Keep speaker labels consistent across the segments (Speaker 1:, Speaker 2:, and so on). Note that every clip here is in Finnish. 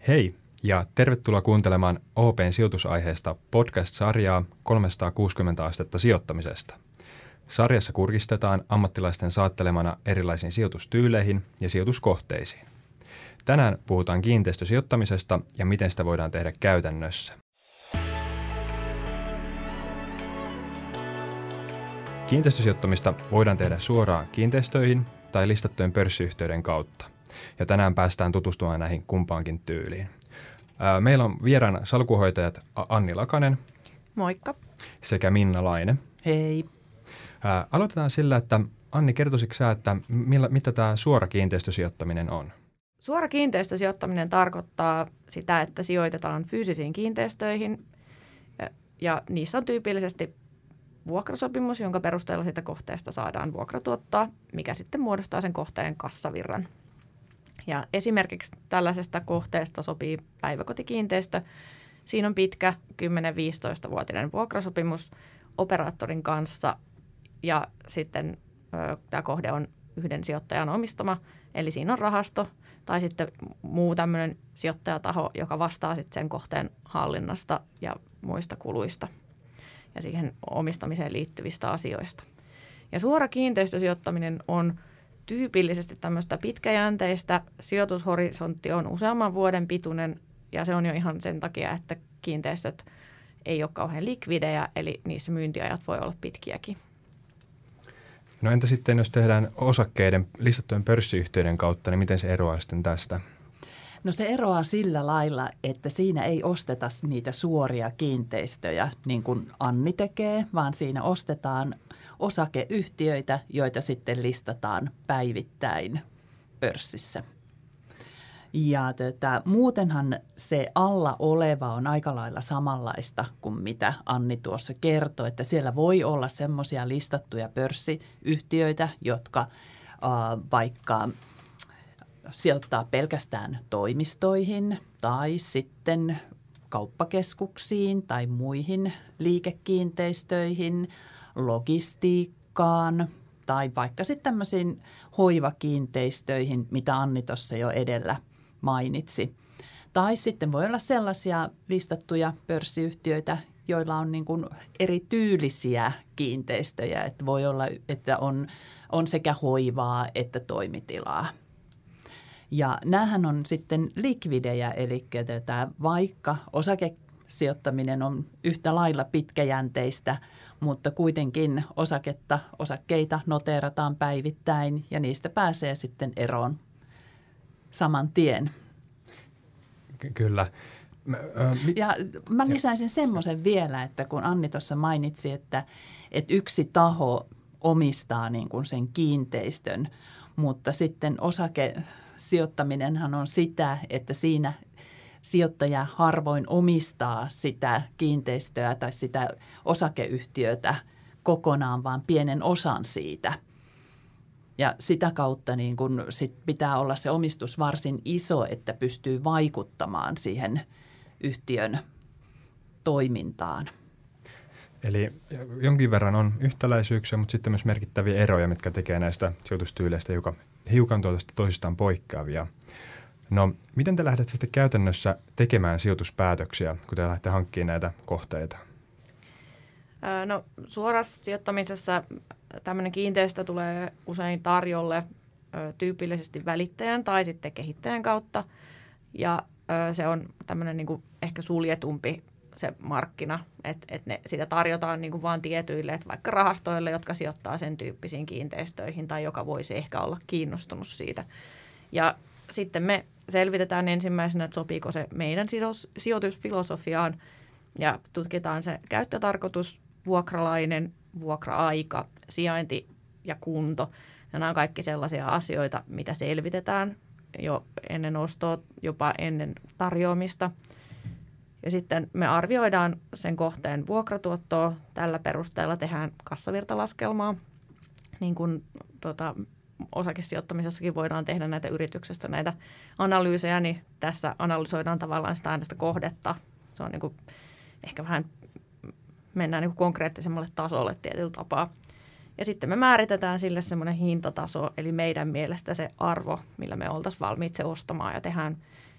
Speaker 1: Hei ja tervetuloa kuuntelemaan OP:n sijoitusaiheesta podcast-sarjaa 360 astetta sijoittamisesta. Sarjassa kurkistetaan ammattilaisten saattelemana erilaisiin sijoitustyyleihin ja sijoituskohteisiin. Tänään puhutaan kiinteistösijoittamisesta ja miten sitä voidaan tehdä käytännössä. Kiinteistösijoittamista voidaan tehdä suoraan kiinteistöihin tai listattujen pörssiyhtiöiden kautta. Ja tänään päästään tutustumaan näihin kumpaankin tyyliin. Meillä on vieraana salkuhoitajat Anni Lakanen.
Speaker 2: Moikka.
Speaker 1: Sekä Minna Laine.
Speaker 2: Hei.
Speaker 1: Aloitetaan sillä, että Anni, kertoisitko sä, että mitä tämä suora kiinteistösijoittaminen on?
Speaker 2: Suora kiinteistösijoittaminen tarkoittaa sitä, että sijoitetaan fyysisiin kiinteistöihin ja niissä on tyypillisesti vuokrasopimus, jonka perusteella siitä kohteesta saadaan vuokratuottoa, mikä sitten muodostaa sen kohteen kassavirran. Ja esimerkiksi tällaisesta kohteesta sopii päiväkotikiinteistö. Siinä on pitkä 10-15-vuotinen vuokrasopimus operaattorin kanssa ja sitten tämä kohde on yhden sijoittajan omistama, eli siinä on rahasto tai sitten muu tämmöinen sijoittajataho, joka vastaa sitten sen kohteen hallinnasta ja muista kuluista ja siihen omistamiseen liittyvistä asioista. Ja suora kiinteistösijoittaminen on tyypillisesti tämmöistä pitkäjänteistä, sijoitushorisontti on useamman vuoden pituinen ja se on jo ihan sen takia, että kiinteistöt ei ole kauhean likvidejä, eli niissä myyntiajat voi olla pitkiäkin.
Speaker 1: No entä sitten, jos tehdään osakkeiden listattujen pörssiyhtiöiden kautta, niin miten se eroaa sitten tästä?
Speaker 3: No se eroaa sillä lailla, että siinä ei osteta niitä suoria kiinteistöjä niin kuin Anni tekee, vaan siinä ostetaan osakeyhtiöitä, joita sitten listataan päivittäin pörssissä. Ja muutenhan se alla oleva on aika lailla samanlaista kuin mitä Anni tuossa kertoi, että siellä voi olla semmoisia listattuja pörssiyhtiöitä, jotka vaikka sijoittaa pelkästään toimistoihin tai sitten kauppakeskuksiin tai muihin liikekiinteistöihin, logistiikkaan tai vaikka sitten tämmöisiin hoivakiinteistöihin, mitä Anni tuossa jo edellä mainitsi. Tai sitten voi olla sellaisia listattuja pörssiyhtiöitä, joilla on niin kuin erityylisiä kiinteistöjä, että voi olla, että on sekä hoivaa että toimitilaa. Ja näähän on sitten likvidejä, eli vaikka osakesijoittaminen on yhtä lailla pitkäjänteistä, mutta kuitenkin osakkeita noteerataan päivittäin ja niistä pääsee sitten eroon saman tien.
Speaker 1: Kyllä.
Speaker 3: Ja mä lisäisin semmoisen vielä, että kun Anni tuossa mainitsi, että yksi taho omistaa niin kuin sen kiinteistön, mutta sitten osakesijoittaminenhan on sitä, että siinä sijoittaja harvoin omistaa sitä kiinteistöä tai sitä osakeyhtiötä kokonaan, vaan pienen osan siitä. Ja sitä kautta niin kun sit pitää olla se omistus varsin iso, että pystyy vaikuttamaan siihen yhtiön toimintaan.
Speaker 1: Eli jonkin verran on yhtäläisyyksiä, mutta sitten myös merkittäviä eroja, mitkä tekee näistä sijoitustyyleistä hiukan toisistaan poikkeavia. No, miten te lähdette sitten käytännössä tekemään sijoituspäätöksiä, kun te lähdette hankkimaan näitä kohteita?
Speaker 2: No, suorassa sijoittamisessa tämmöinen kiinteistö tulee usein tarjolle tyypillisesti välittäjän tai sitten kehittäjän kautta. Ja se on tämmöinen niin kuin ehkä suljetumpi se markkina, että sitä tarjotaan niin kuin vaan tietyille, että vaikka rahastoille, jotka sijoittaa sen tyyppisiin kiinteistöihin tai joka voisi ehkä olla kiinnostunut siitä. Ja sitten me selvitetään ensimmäisenä, että sopiiko se meidän sijoitusfilosofiaan ja tutkitaan se käyttötarkoitus, vuokralainen, vuokra-aika, sijainti ja kunto. Ja nämä on kaikki sellaisia asioita, mitä selvitetään jo ennen ostoa, jopa ennen tarjoamista. Ja sitten me arvioidaan sen kohteen vuokratuottoa. Tällä perusteella tehdään kassavirtalaskelmaa. Niin kuin osakesijoittamisessakin voidaan tehdä näitä yrityksestä näitä analyysejä, niin tässä analysoidaan tavallaan sitä aina sitä kohdetta. Se on niin kuin, ehkä vähän mennään niin kuin konkreettisemmalle tasolle tietyllä tapaa. Ja sitten me määritetään sille semmoinen hintataso, eli meidän mielestä se arvo, millä me oltaisiin valmiit se ostamaan ja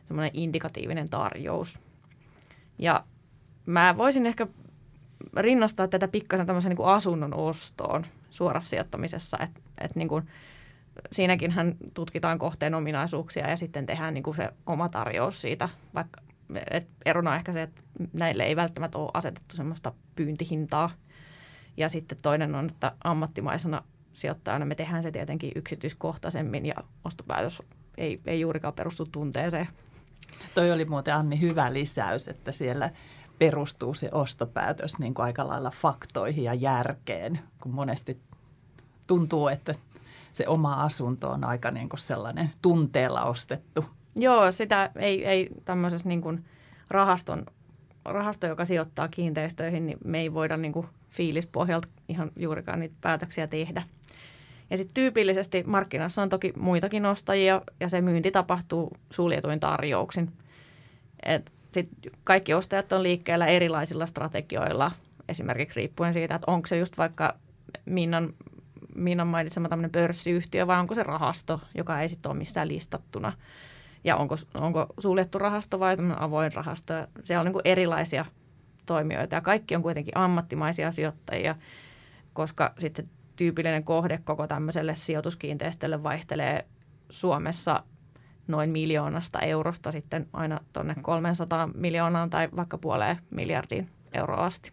Speaker 2: semmoinen indikatiivinen tarjous. Ja mä voisin ehkä rinnastaa tätä pikkasen tämmöisen niin kuin asunnon ostoon suorassa sijoittamisessa, että niin kuin siinäkinhän tutkitaan kohteen ominaisuuksia ja sitten tehdään niin kuin se oma tarjous siitä, vaikka erona on ehkä se, että näille ei välttämättä ole asetettu semmoista pyyntihintaa. Ja sitten toinen on, että ammattimaisena sijoittajana me tehdään se tietenkin yksityiskohtaisemmin ja ostopäätös ei juurikaan perustu tunteeseen.
Speaker 3: Toi oli muuten, Anni, hyvä lisäys, että siellä perustuu se ostopäätös niin kuin aika lailla faktoihin ja järkeen, kun monesti tuntuu, että se oma asunto on aika niin kuin sellainen tunteella ostettu.
Speaker 2: Joo, sitä ei tämmöisessä niin kuin rahasto, joka sijoittaa kiinteistöihin, niin me ei voida niin kuin fiilispohjalta ihan juurikaan niitä päätöksiä tehdä. Ja sitten tyypillisesti markkinassa on toki muitakin ostajia ja se myynti tapahtuu suljetuin tarjouksin. Sitten kaikki ostajat on liikkeellä erilaisilla strategioilla, esimerkiksi riippuen siitä, että onko se just vaikka Minnan mainitsema tämmöinen pörssiyhtiö vai onko se rahasto, joka ei sitten ole missään listattuna. Ja onko suljettu rahasto vai avoin rahasto. Siellä on niin kuin erilaisia toimijoita ja kaikki on kuitenkin ammattimaisia sijoittajia, koska sitten tyypillinen kohde koko tämmöiselle sijoituskiinteistölle vaihtelee Suomessa noin 1 miljoonasta eurosta sitten aina tuonne 300 miljoonaan tai vaikka 0,5 miljardiin euroa asti.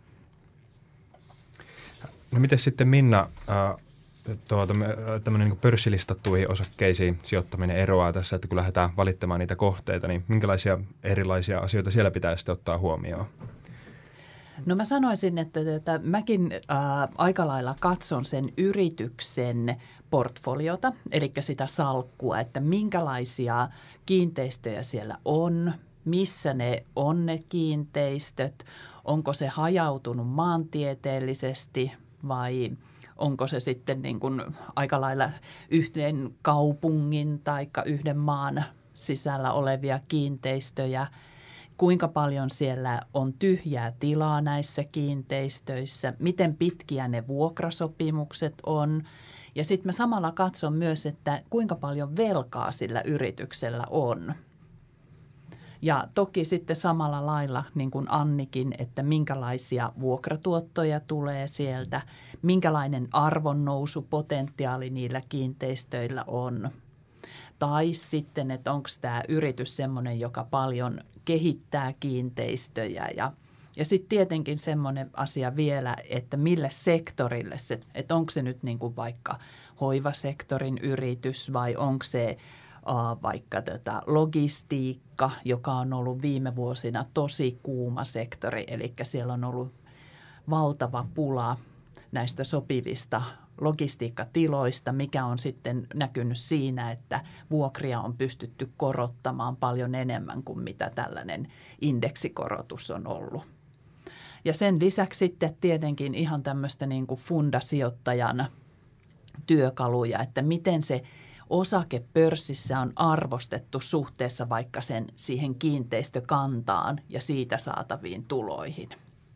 Speaker 1: No miten sitten Minna, tämmöinen niin pörssilistattuihin osakkeisiin sijoittaminen eroaa tässä, että kun lähdetään valittamaan niitä kohteita, niin minkälaisia erilaisia asioita siellä pitää sitten ottaa huomioon?
Speaker 3: No mä sanoisin, että mäkin aika lailla katson sen yrityksen portfoliota, eli sitä salkkua, että minkälaisia kiinteistöjä siellä on, missä ne on ne kiinteistöt, onko se hajautunut maantieteellisesti vai onko se sitten niin kuin aika lailla yhden kaupungin tai yhden maan sisällä olevia kiinteistöjä. Kuinka paljon siellä on tyhjää tilaa näissä kiinteistöissä, miten pitkiä ne vuokrasopimukset on. Ja sitten mä samalla katson myös, että kuinka paljon velkaa sillä yrityksellä on. Ja toki sitten samalla lailla, niin kuin Annikin, että minkälaisia vuokratuottoja tulee sieltä, minkälainen arvonnousupotentiaali niillä kiinteistöillä on. Tai sitten, että onko tämä yritys semmoinen, joka paljon kehittää kiinteistöjä ja sitten tietenkin semmoinen asia vielä, että mille sektorille se, että onko se nyt niin kuin vaikka hoivasektorin yritys vai onko se vaikka logistiikka, joka on ollut viime vuosina tosi kuuma sektori, eli siellä on ollut valtava pula näistä sopivista logistiikkatiloista, mikä on sitten näkynyt siinä, että vuokria on pystytty korottamaan paljon enemmän kuin mitä tällainen indeksikorotus on ollut. Ja sen lisäksi sitten tietenkin ihan tämmöistä niin kuin fundasijoittajan työkaluja, että miten se osake pörssissä on arvostettu suhteessa vaikka sen siihen kiinteistökantaan ja siitä saataviin tuloihin.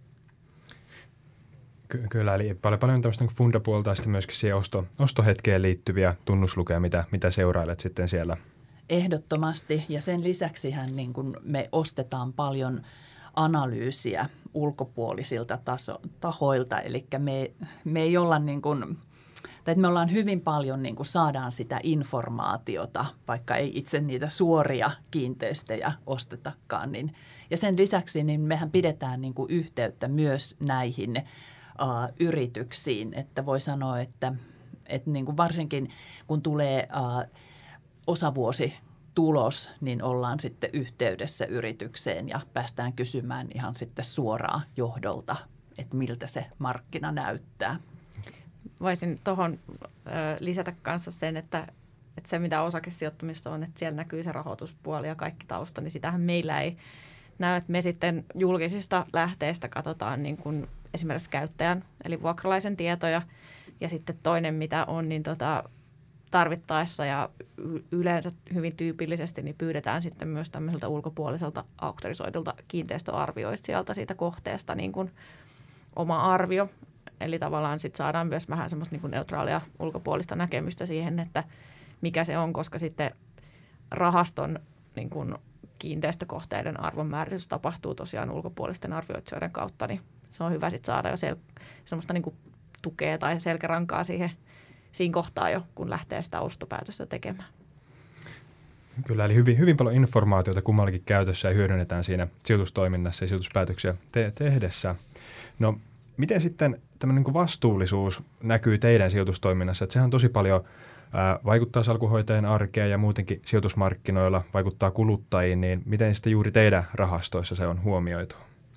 Speaker 1: Kyllä, eli paljon tämmöistä niin fundapuolta ja sitten myöskin siihen ostohetkeen liittyviä tunnuslukuja, mitä seurailet sitten siellä.
Speaker 3: Ehdottomasti, ja sen lisäksihän niin kuin me ostetaan paljon analyysiä ulkopuolisilta tahoilta, eli me ei olla niin kuin, tai me ollaan hyvin paljon niin kuin saadaan sitä informaatiota, vaikka ei itse niitä suoria kiinteistöjä ostetakaan. Niin, ja sen lisäksi niin mehän pidetään niin kuin yhteyttä myös näihin yrityksiin, että voi sanoa, että niin kuin varsinkin kun tulee osavuositulos, niin ollaan sitten yhteydessä yritykseen ja päästään kysymään ihan sitten suoraan johdolta, että miltä se markkina näyttää.
Speaker 2: Voisin tuohon lisätä kanssa sen, että se mitä osakesijoittamista on, että siellä näkyy se rahoituspuoli ja kaikki tausta, niin sitähän meillä ei näy, että me sitten julkisista lähteistä katsotaan niin kuin esimerkiksi käyttäjän eli vuokralaisen tietoja ja sitten toinen mitä on, niin tarvittaessa ja yleensä hyvin tyypillisesti niin pyydetään sitten myös tämmöiseltä ulkopuoliselta auktorisoidulta kiinteistöarvioitsijalta siitä kohteesta niin kuin oma arvio. Eli tavallaan sitten saadaan myös vähän semmoista niin kuin neutraalia ulkopuolista näkemystä siihen, että mikä se on, koska sitten rahaston niin kuin kiinteistökohteiden arvonmääritys tapahtuu tosiaan ulkopuolisten arvioitsijoiden kautta, niin se on hyvä sitten saada jo semmoista niin kuin tukea tai selkärankaa siinä kohtaa jo, kun lähtee sitä ostopäätöstä tekemään.
Speaker 1: Kyllä, eli hyvin paljon informaatiota kummallakin käytössä ja hyödynnetään siinä sijoitustoiminnassa ja sijoituspäätöksiä tehdessä. No, miten sitten tämmöinen niin vastuullisuus näkyy teidän sijoitustoiminnassa? Että sehän on tosi paljon vaikuttaa salkunhoitajan arkeen ja muutenkin sijoitusmarkkinoilla, vaikuttaa kuluttajiin, niin miten sitten juuri teidän rahastoissa se on huomioitu?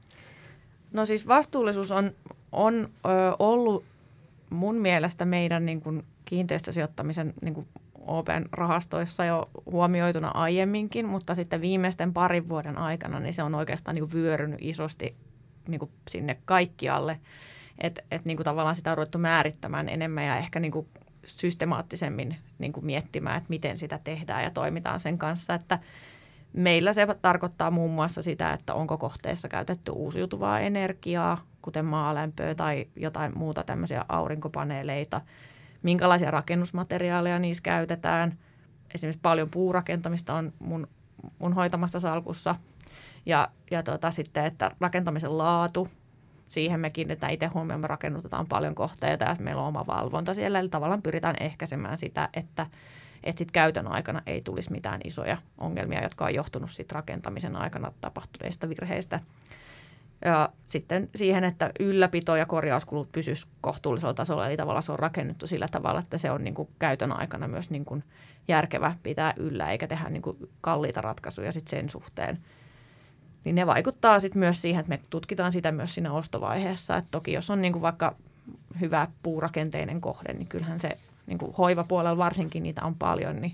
Speaker 2: No siis vastuullisuus on ollut mun mielestä meidän niin kuin kiinteistösijoittamisen niin kuin OP:n rahastoissa jo huomioituna aiemminkin, mutta sitten viimeisten parin vuoden aikana niin se on oikeastaan niin kuin vyörynyt isosti niin kuin sinne kaikkialle. Että niin kuin tavallaan sitä on ruvettu määrittämään enemmän ja ehkä niin kuin systemaattisemmin niin kuin miettimään, että miten sitä tehdään ja toimitaan sen kanssa. Että meillä se tarkoittaa muun muassa sitä, että onko kohteessa käytetty uusiutuvaa energiaa, kuten maalämpöä tai jotain muuta tämmöisiä aurinkopaneeleita, minkälaisia rakennusmateriaaleja niissä käytetään. Esimerkiksi paljon puurakentamista on mun hoitamassa salkussa. Ja sitten, että rakentamisen laatu, siihen me kiinnitetään itse huomioon, me rakennutetaan paljon kohteita ja meillä on oma valvonta siellä. Eli tavallaan pyritään ehkäisemään sitä, että sit käytön aikana ei tulisi mitään isoja ongelmia, jotka on johtunut sit rakentamisen aikana tapahtuneista virheistä. Ja sitten siihen, että ylläpito- ja korjauskulut pysyisivät kohtuullisella tasolla, eli tavallaan se on rakennettu sillä tavalla, että se on niin kuin käytön aikana myös niin kuin järkevä pitää yllä, eikä tehdä niin kuin kalliita ratkaisuja sit sen suhteen. Niin ne vaikuttaa sitten myös siihen, että me tutkitaan sitä myös siinä ostovaiheessa. Että toki jos on niin kuin vaikka hyvä puurakenteinen kohde, niin kyllähän se niin kuin hoivapuolella varsinkin niitä on paljon. Niin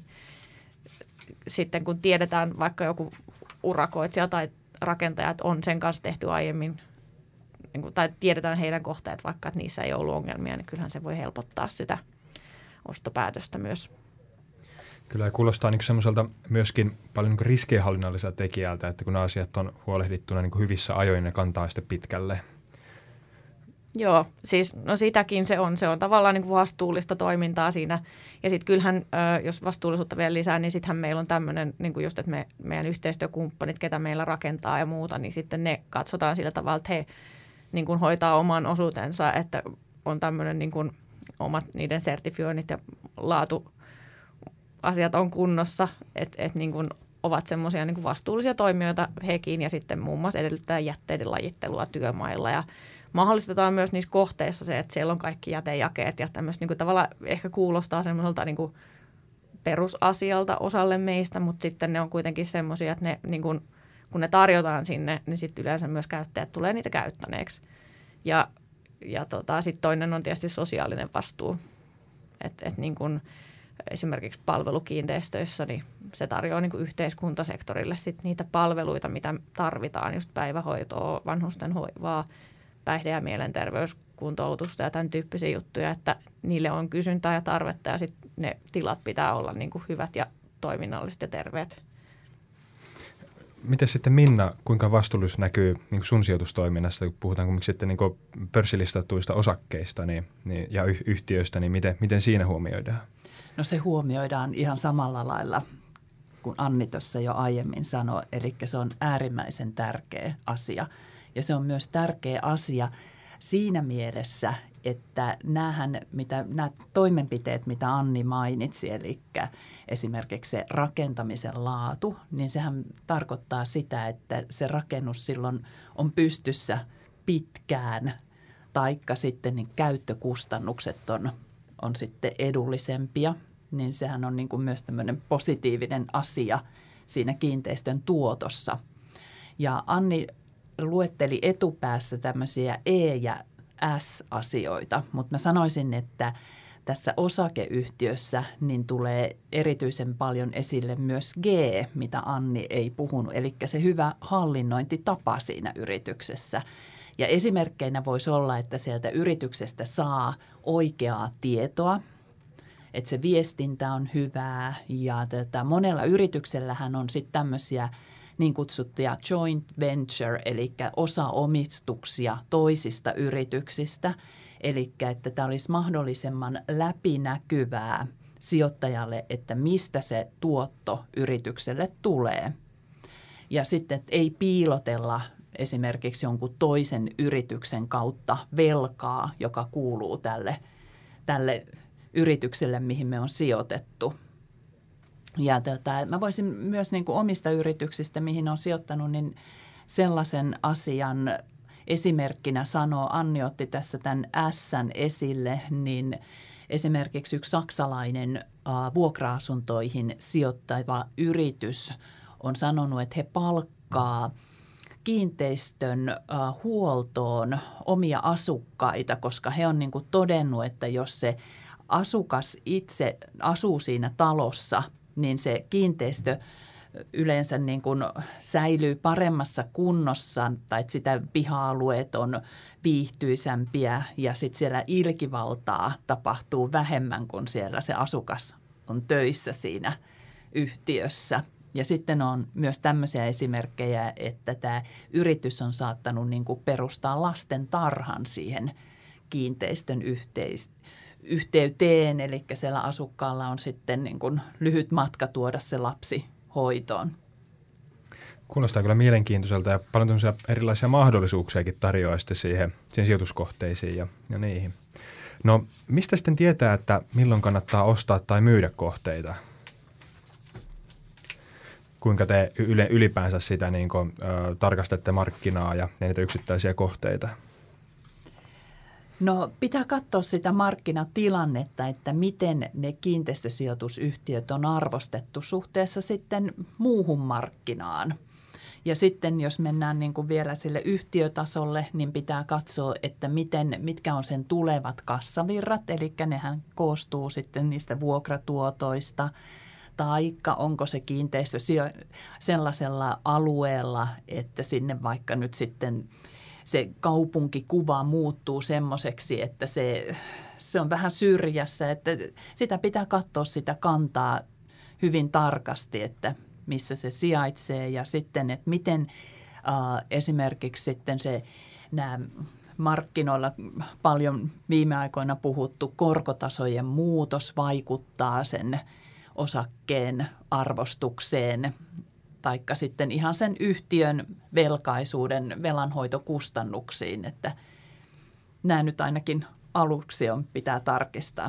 Speaker 2: sitten kun tiedetään vaikka joku urakoitsija tai rakentajat on sen kanssa tehty aiemmin, niin kuin, tai tiedetään heidän kohteet vaikka, että niissä ei ollut ongelmia, niin kyllähän se voi helpottaa sitä ostopäätöstä myös.
Speaker 1: Kyllä kuulostaa niin semmoiselta myöskin paljon niin riskienhallinnalliselta tekijältä, että kun asiat on huolehdittuna niin hyvissä ajoin, ne kantaa sitten pitkälle.
Speaker 2: Joo, siis no sitäkin se on tavallaan niin kuin vastuullista toimintaa siinä. Ja sitten kyllähän, jos vastuullisuutta vielä lisää, niin sittenhän meillä on tämmöinen, niin kuin just, että meidän yhteistyökumppanit, ketä meillä rakentaa ja muuta, niin sitten ne katsotaan sillä tavalla, että he niin kuin hoitaa oman osuutensa, että on tämmöinen niin kuin omat niiden sertifioinnit ja laatuasiat on kunnossa, että niin kuin ovat semmoisia niin kuin vastuullisia toimijoita hekin ja sitten muun muassa edellyttää jätteiden lajittelua työmailla ja mahdollistetaan myös niissä kohteissa se, että siellä on kaikki jätejakeet ja tämmöistä niin kuin tavallaan ehkä kuulostaa semmoiselta niin kuin perusasialta osalle meistä, mutta sitten ne on kuitenkin semmoisia, että ne, niin kuin, kun ne tarjotaan sinne, niin sitten yleensä myös käyttäjät tulee niitä käyttäneeksi. Ja sitten toinen on tietysti sosiaalinen vastuu, että niin kuin esimerkiksi palvelukiinteistöissä, niin se tarjoaa niin kuin yhteiskuntasektorille sit niitä palveluita, mitä tarvitaan, just päivähoitoa, vanhusten hoivaa, päihde- ja mielenterveyskuntoutusta ja tämän tyyppisiä juttuja, että niille on kysyntää ja tarvetta ja sitten ne tilat pitää olla niin kuin hyvät ja toiminnalliset ja terveet.
Speaker 1: Miten sitten Minna, kuinka vastuullisuus näkyy niin kuin sun sijoitustoiminnassa, kun puhutaan kuitenkin sitten niin kuin pörssilistatuista osakkeista ja yhtiöistä, niin miten siinä huomioidaan?
Speaker 3: No se huomioidaan ihan samalla lailla kuin Anni tuossa jo aiemmin sanoi, eli se on äärimmäisen tärkeä asia. Ja se on myös tärkeä asia siinä mielessä, että nämä toimenpiteet, mitä Anni mainitsi, eli esimerkiksi se rakentamisen laatu, niin sehän tarkoittaa sitä, että se rakennus silloin on pystyssä pitkään, taikka sitten niin käyttökustannukset on sitten edullisempia, niin sehän on niin kuin myös tämmöinen positiivinen asia siinä kiinteistön tuotossa. Ja Anni luetteli etupäässä tämmöisiä E- ja S-asioita, mutta mä sanoisin, että tässä osakeyhtiössä niin tulee erityisen paljon esille myös G, mitä Anni ei puhunut, eli se hyvä hallinnointitapa siinä yrityksessä. Ja esimerkkeinä voisi olla, että sieltä yrityksestä saa oikeaa tietoa, että se viestintä on hyvää ja monella yrityksellähän on sitten tämmöisiä niin kutsuttuja joint venture, eli osaomistuksia toisista yrityksistä, eli että tämä olisi mahdollisimman läpinäkyvää sijoittajalle, että mistä se tuotto yritykselle tulee. Ja sitten ei piilotella esimerkiksi jonkun toisen yrityksen kautta velkaa, joka kuuluu tälle yritykselle, mihin me on sijoitettu. Ja mä voisin myös niin kuin omista yrityksistä, mihin on sijoittanut, niin sellaisen asian esimerkkinä sanoa, Anni otti tässä tämän S:n esille, niin esimerkiksi yksi saksalainen vuokra-asuntoihin sijoittava yritys on sanonut, että he palkkaa kiinteistön huoltoon omia asukkaita, koska he on niin kuin todennut, että jos se asukas itse asuu siinä talossa, niin se kiinteistö yleensä niin kuin säilyy paremmassa kunnossa tai että sitä piha-alueet on viihtyisämpiä ja sitten siellä ilkivaltaa tapahtuu vähemmän, kun siellä se asukas on töissä siinä yhtiössä. Ja sitten on myös tämmöisiä esimerkkejä, että tämä yritys on saattanut niin kuin perustaa lasten tarhan siihen kiinteistön yhteyteen, eli siellä asukkaalla on sitten niin kuin lyhyt matka tuoda se lapsi hoitoon.
Speaker 1: Kuulostaa kyllä mielenkiintoiselta ja paljon tämmöisiä erilaisia mahdollisuuksiakin tarjoaa sitten siihen sijoituskohteisiin ja niihin. No mistä sitten tietää, että milloin kannattaa ostaa tai myydä kohteita? Kuinka te ylipäänsä sitä niin kuin, tarkastatte markkinaa ja niitä yksittäisiä kohteita?
Speaker 3: No pitää katsoa sitä markkinatilannetta, että miten ne kiinteistösijoitusyhtiöt on arvostettu suhteessa sitten muuhun markkinaan. Ja sitten jos mennään niin kuin vielä sille yhtiötasolle, niin pitää katsoa, että mitkä on sen tulevat kassavirrat, eli nehän koostuu sitten niistä vuokratuotoista, taikka onko se kiinteistö sellaisella alueella, että sinne vaikka nyt sitten se kaupunkikuva muuttuu semmoiseksi, että se on vähän syrjässä, että sitä pitää katsoa sitä kantaa hyvin tarkasti, että missä se sijaitsee ja sitten, että miten esimerkiksi sitten nämä markkinoilla paljon viime aikoina puhuttu korkotasojen muutos vaikuttaa sen osakkeen arvostukseen, taikka sitten ihan sen yhtiön velkaisuuden velanhoitokustannuksiin, että nämä nyt ainakin aluksi pitää tarkistaa.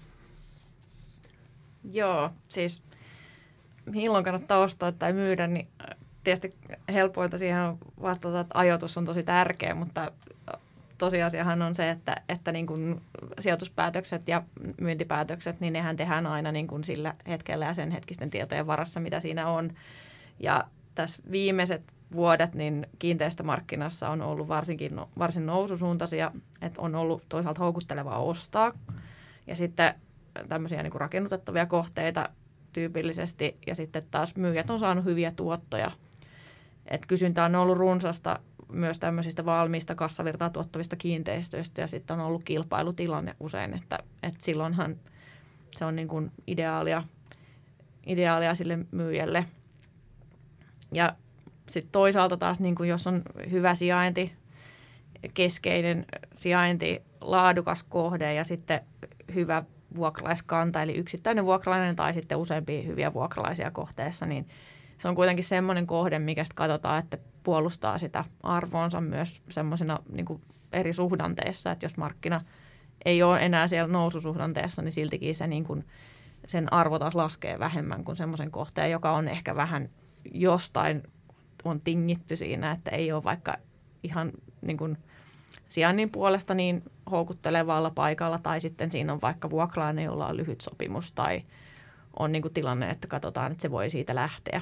Speaker 2: Joo, siis milloin kannattaa ostaa tai myydä, niin tietysti helpointa siihen on vastata, että ajoitus on tosi tärkeä, mutta tosiasiahan on se, että niin kuin sijoituspäätökset ja myyntipäätökset, niin nehän tehdään aina niin kuin sillä hetkellä ja sen hetkisten tietojen varassa, mitä siinä on. Ja tässä viimeiset vuodet niin kiinteistömarkkinassa on ollut varsin noususuuntaisia, että on ollut toisaalta houkuttelevaa ostaa. Ja sitten tämmöisiä niin kuin rakennutettavia kohteita tyypillisesti ja sitten taas myyjät on saanut hyviä tuottoja. Et kysyntä on ollut runsasta myös tämmöisistä valmiista kassavirtaa tuottavista kiinteistöistä ja sitten on ollut kilpailutilanne usein, että silloinhan se on niin kuin ideaalia sille myyjälle. Ja sitten toisaalta taas, niin kuin jos on hyvä sijainti, keskeinen sijainti, laadukas kohde ja sitten hyvä vuokralaiskanta, eli yksittäinen vuokralainen tai sitten useampia hyviä vuokralaisia kohteessa, niin se on kuitenkin semmoinen kohde, mikä sitten katsotaan, että puolustaa sitä arvoonsa myös semmoisena niin kuin eri suhdanteissa, että jos markkina ei ole enää siellä noususuhdanteessa, niin siltikin se niin kuin, sen arvo taas laskee vähemmän kuin semmoisen kohteen, joka on ehkä vähän jostain on tingitty siinä, että ei ole vaikka ihan niin kuin sijainnin puolesta niin houkuttelevalla paikalla tai sitten siinä on vaikka vuokralainen, jolla on lyhyt sopimus tai on niin kuin tilanne, että katsotaan, että se voi siitä lähteä.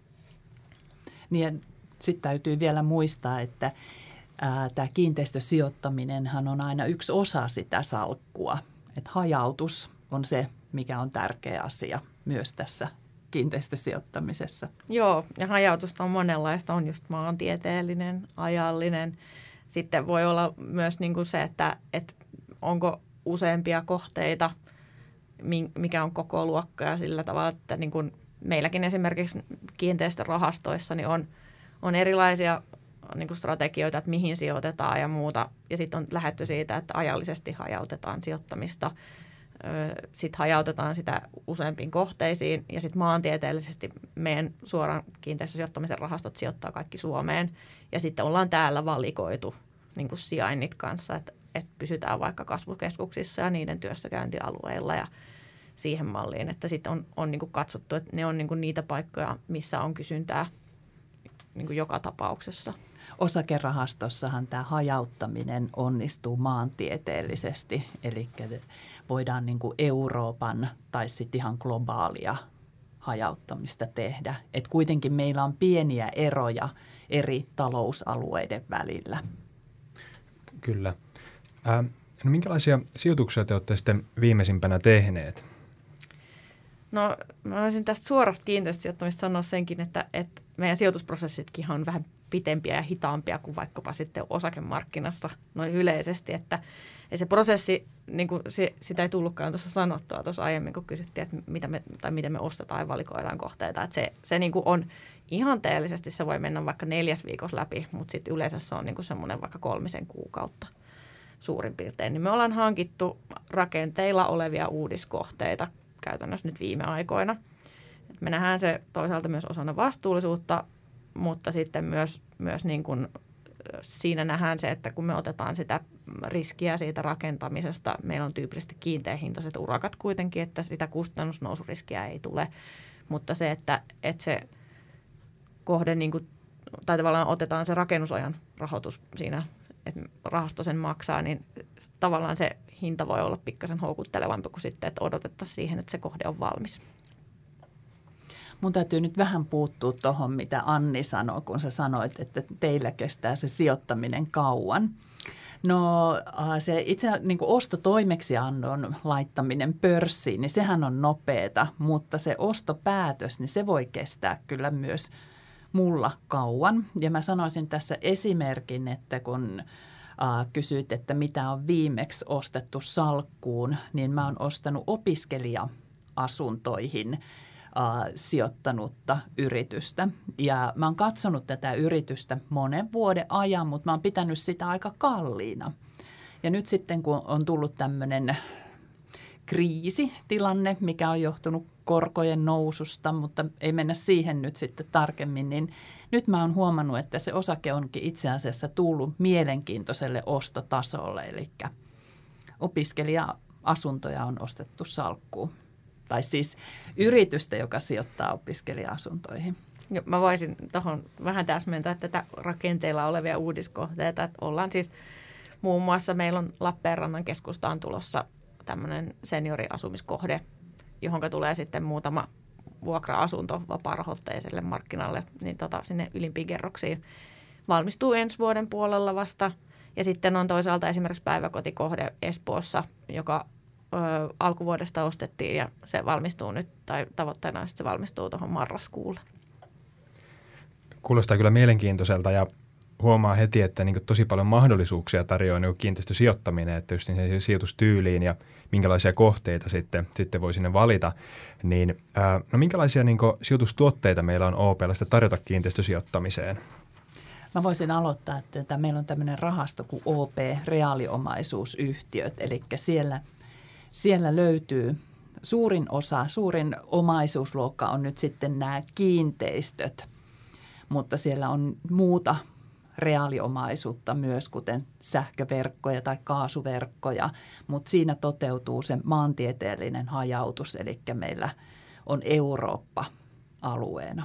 Speaker 3: Niin sitten täytyy vielä muistaa, että tämä kiinteistösijoittaminenhan on aina yksi osa sitä salkkua. Että hajautus on se, mikä on tärkeä asia myös tässä kiinteistösijoittamisessa.
Speaker 2: Joo, ja hajautusta on monenlaista. On just maantieteellinen, ajallinen. Sitten voi olla myös niin kuin se, että onko useampia kohteita, mikä on koko luokka ja sillä tavalla, että niin kuin meilläkin esimerkiksi kiinteistörahastoissa niin on erilaisia niin kuin strategioita, että mihin sijoitetaan ja muuta. Ja sitten on lähdetty siitä, että ajallisesti hajautetaan sijoittamista. Sitten hajautetaan sitä useampiin kohteisiin ja sitten maantieteellisesti meidän suoran kiinteistösijoittamisen rahastot sijoittaa kaikki Suomeen. Ja sitten ollaan täällä valikoitu niin kuin sijainnit kanssa, että pysytään vaikka kasvukeskuksissa ja niiden työssäkäyntialueilla ja siihen malliin, että sitten on niin kuin katsottu, että ne on niin kuin niitä paikkoja, missä on kysyntää niin kuin joka tapauksessa.
Speaker 3: Osakerahastossahan tämä hajauttaminen onnistuu maantieteellisesti, eli voidaan niin kuin Euroopan tai sitten ihan globaalia hajauttamista tehdä. Et kuitenkin meillä on pieniä eroja eri talousalueiden välillä.
Speaker 1: Kyllä. No minkälaisia sijoituksia te olette sitten viimeisimpänä tehneet?
Speaker 2: No mä voisin tästä suorasta kiinteistösijoittamista sanoa senkin, että meidän sijoitusprosessitkin on vähän pitempiä ja hitaampia kuin vaikkapa sitten osakemarkkinassa noin yleisesti, että se prosessi, niin kuin sitä ei tullutkaan tuossa sanottua tuossa aiemmin, kun kysyttiin, että miten me ostetaan ja valikoidaan kohteita, että se niin kuin on ihanteellisesti, se voi mennä vaikka 4 viikossa läpi, mutta sitten yleensä se on niin kuin semmoinen vaikka 3 kuukautta suurin piirtein, niin me ollaan hankittu rakenteilla olevia uudiskohteita käytännössä nyt viime aikoina. Et me nähdään se toisaalta myös osana vastuullisuutta, mutta sitten myös niin kuin siinä nähdään se, että kun me otetaan sitä riskiä siitä rakentamisesta, meillä on tyypillisesti kiinteähintaiset urakat kuitenkin, että sitä kustannusnousuriskiä ei tule, mutta se, että se kohde niin kuin, tai tavallaan otetaan se rakennusajan rahoitus siinä, että rahasto sen maksaa, niin tavallaan se hinta voi olla pikkasen houkuttelevampi kuin sitten, että odotettaisiin siihen, että se kohde on valmis.
Speaker 3: Mun täytyy nyt vähän puuttua tuohon, mitä Anni sanoi, kun sä sanoit, että teillä kestää se sijoittaminen kauan. No se itse niin kuin ostotoimeksiannon laittaminen pörssiin, niin sehän on nopeata, mutta se ostopäätös, niin se voi kestää kyllä myös mulla kauan. Ja mä sanoisin tässä esimerkin, että kun kysyit, että mitä on viimeksi ostettu salkkuun, niin mä oon ostanut opiskelija-asuntoihin sijoittanutta yritystä. Ja mä oon katsonut tätä yritystä monen vuoden ajan, mutta mä oon pitänyt sitä aika kalliina. Ja nyt sitten, kun on tullut tämmöinen kriisitilanne, mikä on johtunut korkojen noususta, mutta ei mennä siihen nyt sitten tarkemmin, niin nyt mä oon huomannut, että se osake onkin itse asiassa tullut mielenkiintoiselle ostotasolle, eli opiskelija-asuntoja on ostettu salkkuun. Tai siis yritystä, joka sijoittaa opiskelija-asuntoihin.
Speaker 2: Joo, mä voisin tuohon vähän täsmentää tätä rakenteilla olevia uudiskohteita. Että ollaan siis muun muassa, meillä on Lappeenrannan keskustaan tulossa tämmöinen senioriasumiskohde, johon tulee sitten muutama vuokra-asunto vapaarahoitteiselle markkinalle, niin sinne ylimpiin kerroksiin. Valmistuu ensi vuoden puolella vasta. Ja sitten on toisaalta esimerkiksi päiväkotikohde Espoossa, joka alkuvuodesta ostettiin ja se valmistuu nyt, tai tavoitteena on, että se valmistuu tuohon marraskuulle.
Speaker 1: Kuulostaa kyllä mielenkiintoiselta ja huomaa heti, että niin tosi paljon mahdollisuuksia tarjoaa niin kiinteistösijoittaminen, että just niin sijoitustyyliin ja minkälaisia kohteita sitten voi sinne valita. Niin, no minkälaisia niin sijoitustuotteita meillä on OP:lla tarjota kiinteistösijoittamiseen?
Speaker 3: Mä voisin aloittaa, että meillä on tämmöinen rahasto kuin OP Reaaliomaisuusyhtiöt, eli siellä löytyy suurin omaisuusluokka on nyt sitten nämä kiinteistöt, mutta siellä on muuta reaaliomaisuutta myös, kuten sähköverkkoja tai kaasuverkkoja, mutta siinä toteutuu se maantieteellinen hajautus, eli meillä on Eurooppa alueena.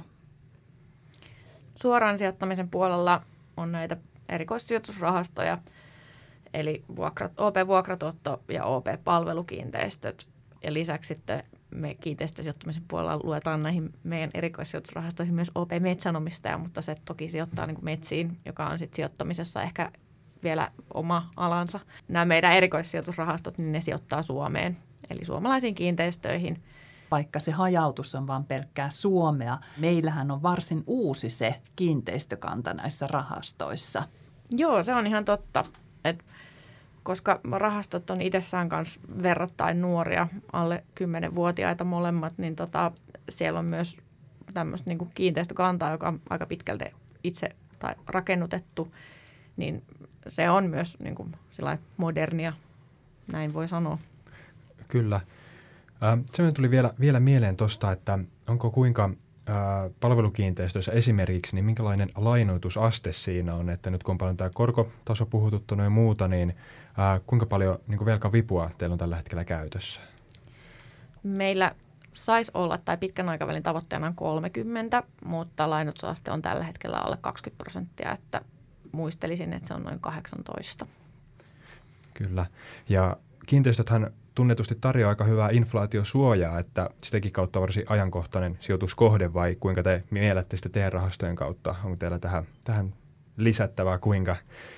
Speaker 2: Suoran sijoittamisen puolella on näitä erikoissijoitusrahastoja, eli OP-vuokratuotto ja OP-palvelukiinteistöt. Ja lisäksi sitten me kiinteistösijoittamisen puolella luetaan näihin meidän erikoissijoitusrahastoihin myös OP-metsänomistaja, mutta se toki sijoittaa niin kuin metsiin, joka on sitten sijoittamisessa ehkä vielä oma alansa. Nämä meidän erikoissijoitusrahastot, niin ne sijoittaa Suomeen, eli suomalaisiin kiinteistöihin.
Speaker 3: Vaikka se hajautus on vain pelkkää Suomea, meillähän on varsin uusi se kiinteistökanta näissä rahastoissa.
Speaker 2: Joo, se on ihan totta. Koska rahastot on itsessään kanssa verrattain nuoria, alle 10-vuotiaita molemmat, niin siellä on myös tämmöistä niin kuin kiinteistökantaa, joka on aika pitkälti itse tai rakennutettu, niin se on myös niin kuin modernia, näin voi sanoa.
Speaker 1: Kyllä. Se tuli vielä mieleen tuosta, että onko kuinka palvelukiinteistöissä esimerkiksi, niin minkälainen lainoitusaste siinä on, että nyt kun on paljon tämä korkotaso puhututtanut ja muuta, niin kuinka paljon niin velkavipua teillä on tällä hetkellä käytössä?
Speaker 2: Meillä saisi olla, tai pitkän aikavälin tavoitteena on 30, mutta lainoitusaste on tällä hetkellä alle 20%, että muistelisin, että se on noin 18.
Speaker 1: Kyllä, ja kiinteistöthän tunnetusti tarjoaa aika hyvää inflaatiosuojaa, että sitäkin kautta varsin ajankohtainen sijoituskohde, vai kuinka te mielette sitä teidän rahastojen kautta? Onko teillä tähän lisättävää kuinka?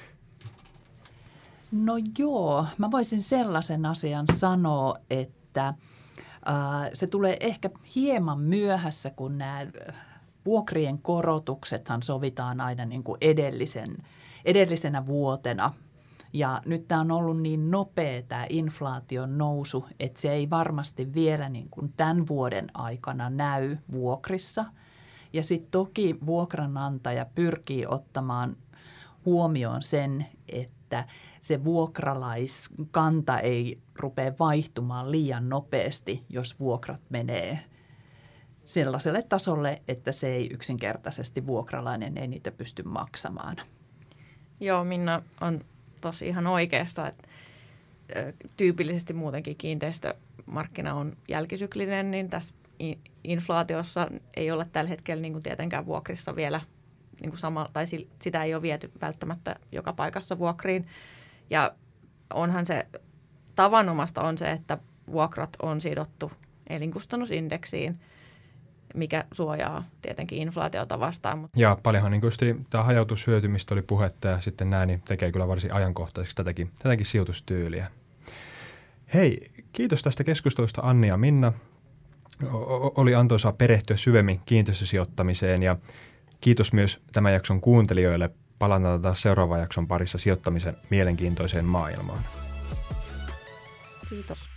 Speaker 3: No joo, mä voisin sellaisen asian sanoa, että se tulee ehkä hieman myöhässä, kun nämä vuokrien korotuksethan sovitaan aina niin kuin edellisenä vuotena. Ja nyt tämä on ollut niin nopea tämä inflaation nousu, että se ei varmasti vielä niin kuin tämän vuoden aikana näy vuokrissa. Ja sitten toki vuokranantaja pyrkii ottamaan huomioon sen, että se vuokralaiskanta ei rupea vaihtumaan liian nopeasti, jos vuokrat menee sellaiselle tasolle, että se ei yksinkertaisesti vuokralainen ei niitä pysty maksamaan.
Speaker 2: Joo, Minna on tosi ihan oikeassa, että tyypillisesti muutenkin kiinteistömarkkina on jälkisyklinen, niin tässä inflaatiossa ei ole tällä hetkellä niin kuin tietenkään vuokrissa vielä niin kuin tai sitä ei ole viety välttämättä joka paikassa vuokriin. Ja onhan se tavanomasta on se, että vuokrat on sidottu elinkustannusindeksiin, mikä suojaa tietenkin inflaatiota vastaan.
Speaker 1: Ja paljonhan niin tämä hajautushyöty, mistä oli puhetta ja sitten näin, niin tekee kyllä varsin ajankohtaiseksi tätäkin sijoitustyyliä. Hei, kiitos tästä keskustelusta Anni ja Minna. Oli antoisaa perehtyä syvemmin kiinteistösijoittamiseen ja kiitos myös tämän jakson kuuntelijoille. Palataan taas seuraavan jakson parissa sijoittamisen mielenkiintoiseen maailmaan.
Speaker 2: Kiitos.